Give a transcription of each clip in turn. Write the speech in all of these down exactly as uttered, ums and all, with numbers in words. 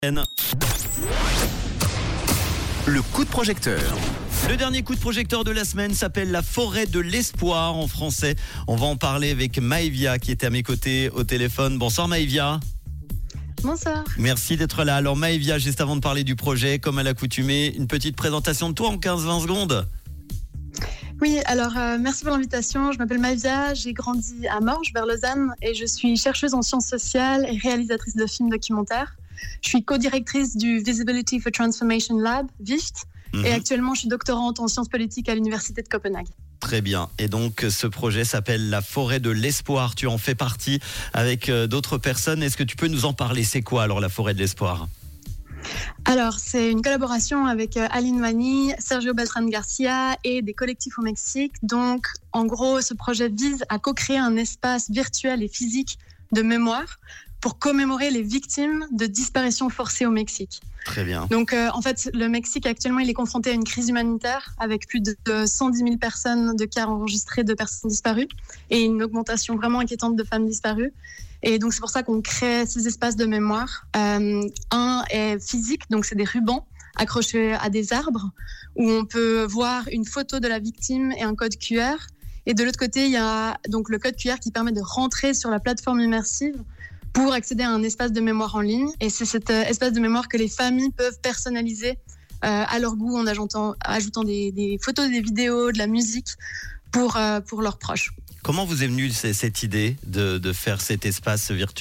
Le coup de projecteur. Le dernier coup de projecteur de la semaine s'appelle La forêt de l'espoir en français. On va en parler avec Maëvia qui était à mes côtés au téléphone. Bonsoir Maëvia. Bonsoir. Merci d'être là. Alors Maëvia, juste avant de parler du projet, comme à l'accoutumée, une petite présentation de toi en quinze vingt secondes. Oui, alors euh, merci pour l'invitation. Je m'appelle Maëvia, j'ai grandi à Morges, vers Lausanne, et je suis chercheuse en sciences sociales et réalisatrice de films documentaires. Je suis co-directrice du Visibility for Transformation Lab, V I F T, mmh. et actuellement je suis doctorante en sciences politiques à l'Université de Copenhague. Très bien. Et donc ce projet s'appelle La forêt de l'espoir. Tu en fais partie avec euh, d'autres personnes. Est-ce que tu peux nous en parler? C'est quoi alors La forêt de l'espoir? Alors, c'est une collaboration avec euh, Aline Mani, Sergio Beltrán Garcia et des collectifs au Mexique. Donc, en gros, ce projet vise à co-créer un espace virtuel et physique de mémoire pour commémorer les victimes de disparitions forcées au Mexique. Très bien. Donc, euh, en fait, le Mexique, actuellement, il est confronté à une crise humanitaire avec plus de cent dix mille personnes de cas enregistrés de personnes disparues et une augmentation vraiment inquiétante de femmes disparues. Et donc, c'est pour ça qu'on crée ces espaces de mémoire. Euh, un est physique, donc c'est des rubans accrochés à des arbres où on peut voir une photo de la victime et un code Q R. Et de l'autre côté, il y a donc le code Q R qui permet de rentrer sur la plateforme immersive pour accéder à un espace de mémoire en ligne. Et c'est cet euh, espace de mémoire que les familles peuvent personnaliser euh, à leur goût en ajoutant, ajoutant des, des photos, des vidéos, de la musique pour, euh, pour leurs proches. Comment vous est venue cette idée de, de faire cet espace virtuel ?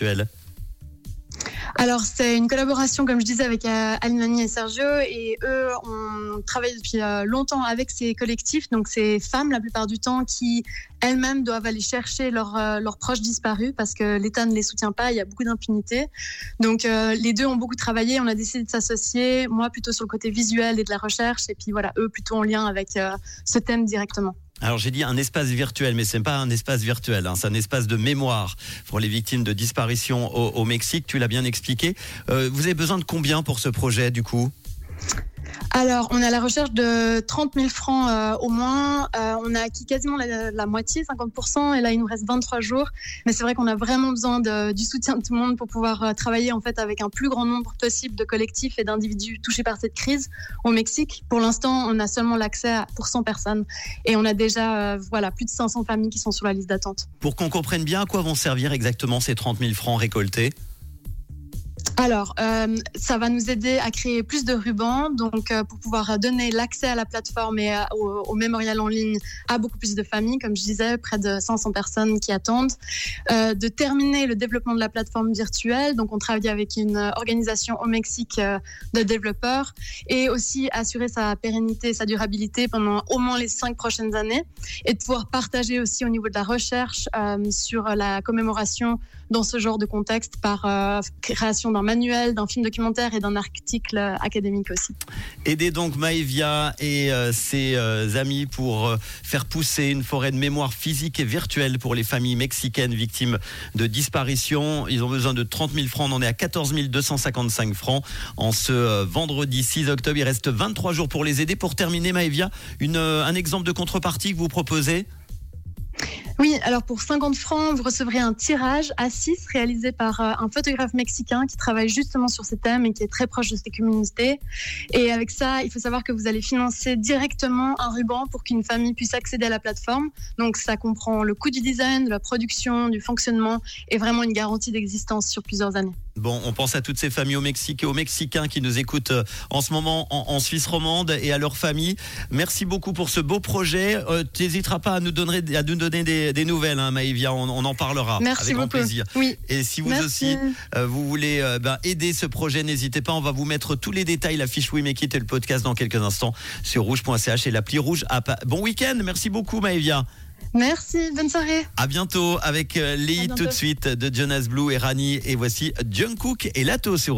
Alors, c'est une collaboration, comme je disais, avec euh, Aline Mani et Sergio. Et eux, on travaille depuis euh, longtemps avec ces collectifs. Donc, ces femmes, la plupart du temps, qui elles-mêmes doivent aller chercher leurs, euh, leurs proches disparus parce que l'État ne les soutient pas. Il y a beaucoup d'impunité. Donc, euh, les deux ont beaucoup travaillé. On a décidé de s'associer. Moi, plutôt sur le côté visuel et de la recherche. Et puis, voilà, eux, plutôt en lien avec euh, ce thème directement. Alors j'ai dit un espace virtuel, mais ce n'est pas un espace virtuel, hein, c'est un espace de mémoire pour les victimes de disparition au, au Mexique, tu l'as bien expliqué. Euh, vous avez besoin de combien pour ce projet du coup ? Alors, on est à la recherche de trente mille francs euh, au moins. Euh, on a acquis quasiment la, la moitié, cinquante pour cent, et là, il nous reste vingt-trois jours. Mais c'est vrai qu'on a vraiment besoin de, du soutien de tout le monde pour pouvoir euh, travailler en fait avec un plus grand nombre possible de collectifs et d'individus touchés par cette crise au Mexique. Pour l'instant, on a seulement l'accès à, pour cent personnes et on a déjà euh, voilà, plus de cinq cents familles qui sont sur la liste d'attente. Pour qu'on comprenne bien à quoi vont servir exactement ces trente mille francs récoltés ? Alors, euh, ça va nous aider à créer plus de rubans, donc euh, pour pouvoir donner l'accès à la plateforme et à, au, au mémorial en ligne à beaucoup plus de familles, comme je disais, près de cinq cents personnes qui attendent. Euh, de terminer le développement de la plateforme virtuelle, donc on travaille avec une organisation au Mexique euh, de développeurs, et aussi assurer sa pérennité, sa durabilité pendant au moins les cinq prochaines années, et de pouvoir partager aussi au niveau de la recherche euh, sur la commémoration dans ce genre de contexte par euh, création d'un manuel, d'un film documentaire et d'un article académique aussi. Aidez donc Maëvia et euh, ses euh, amis pour euh, faire pousser une forêt de mémoire physique et virtuelle pour les familles mexicaines victimes de disparition. Ils ont besoin de trente mille francs, on en est à quatorze mille deux cent cinquante-cinq francs en ce euh, vendredi six octobre. Il reste vingt-trois jours pour les aider. Pour terminer Maëvia, une, euh, un exemple de contrepartie que vous proposez ? Oui, alors pour cinquante francs, vous recevrez un tirage à six réalisé par un photographe mexicain qui travaille justement sur ces thèmes et qui est très proche de ces communautés. Et avec ça, il faut savoir que vous allez financer directement un ruban pour qu'une famille puisse accéder à la plateforme. Donc ça comprend le coût du design, de la production, du fonctionnement et vraiment une garantie d'existence sur plusieurs années. Bon, on pense à toutes ces familles au Mexique et aux Mexicains qui nous écoutent en ce moment en, en Suisse romande et à leurs familles. Merci beaucoup pour ce beau projet. Euh, tu n'hésiteras pas à nous donner, à nous donner des, des nouvelles, hein, Maëvia. On, on en parlera. Merci avec beaucoup. grand plaisir. Oui. Et si vous Merci. aussi, euh, vous voulez euh, ben, aider ce projet, n'hésitez pas. On va vous mettre tous les détails, la fiche We Make It et le podcast dans quelques instants sur rouge point c h et l'appli Rouge App. Bon week-end. Merci beaucoup, Maëvia. Merci, bonne soirée. À bientôt avec euh, les hits tout de suite de Jonas Blue et Rani. Et voici Jungkook et Lato sur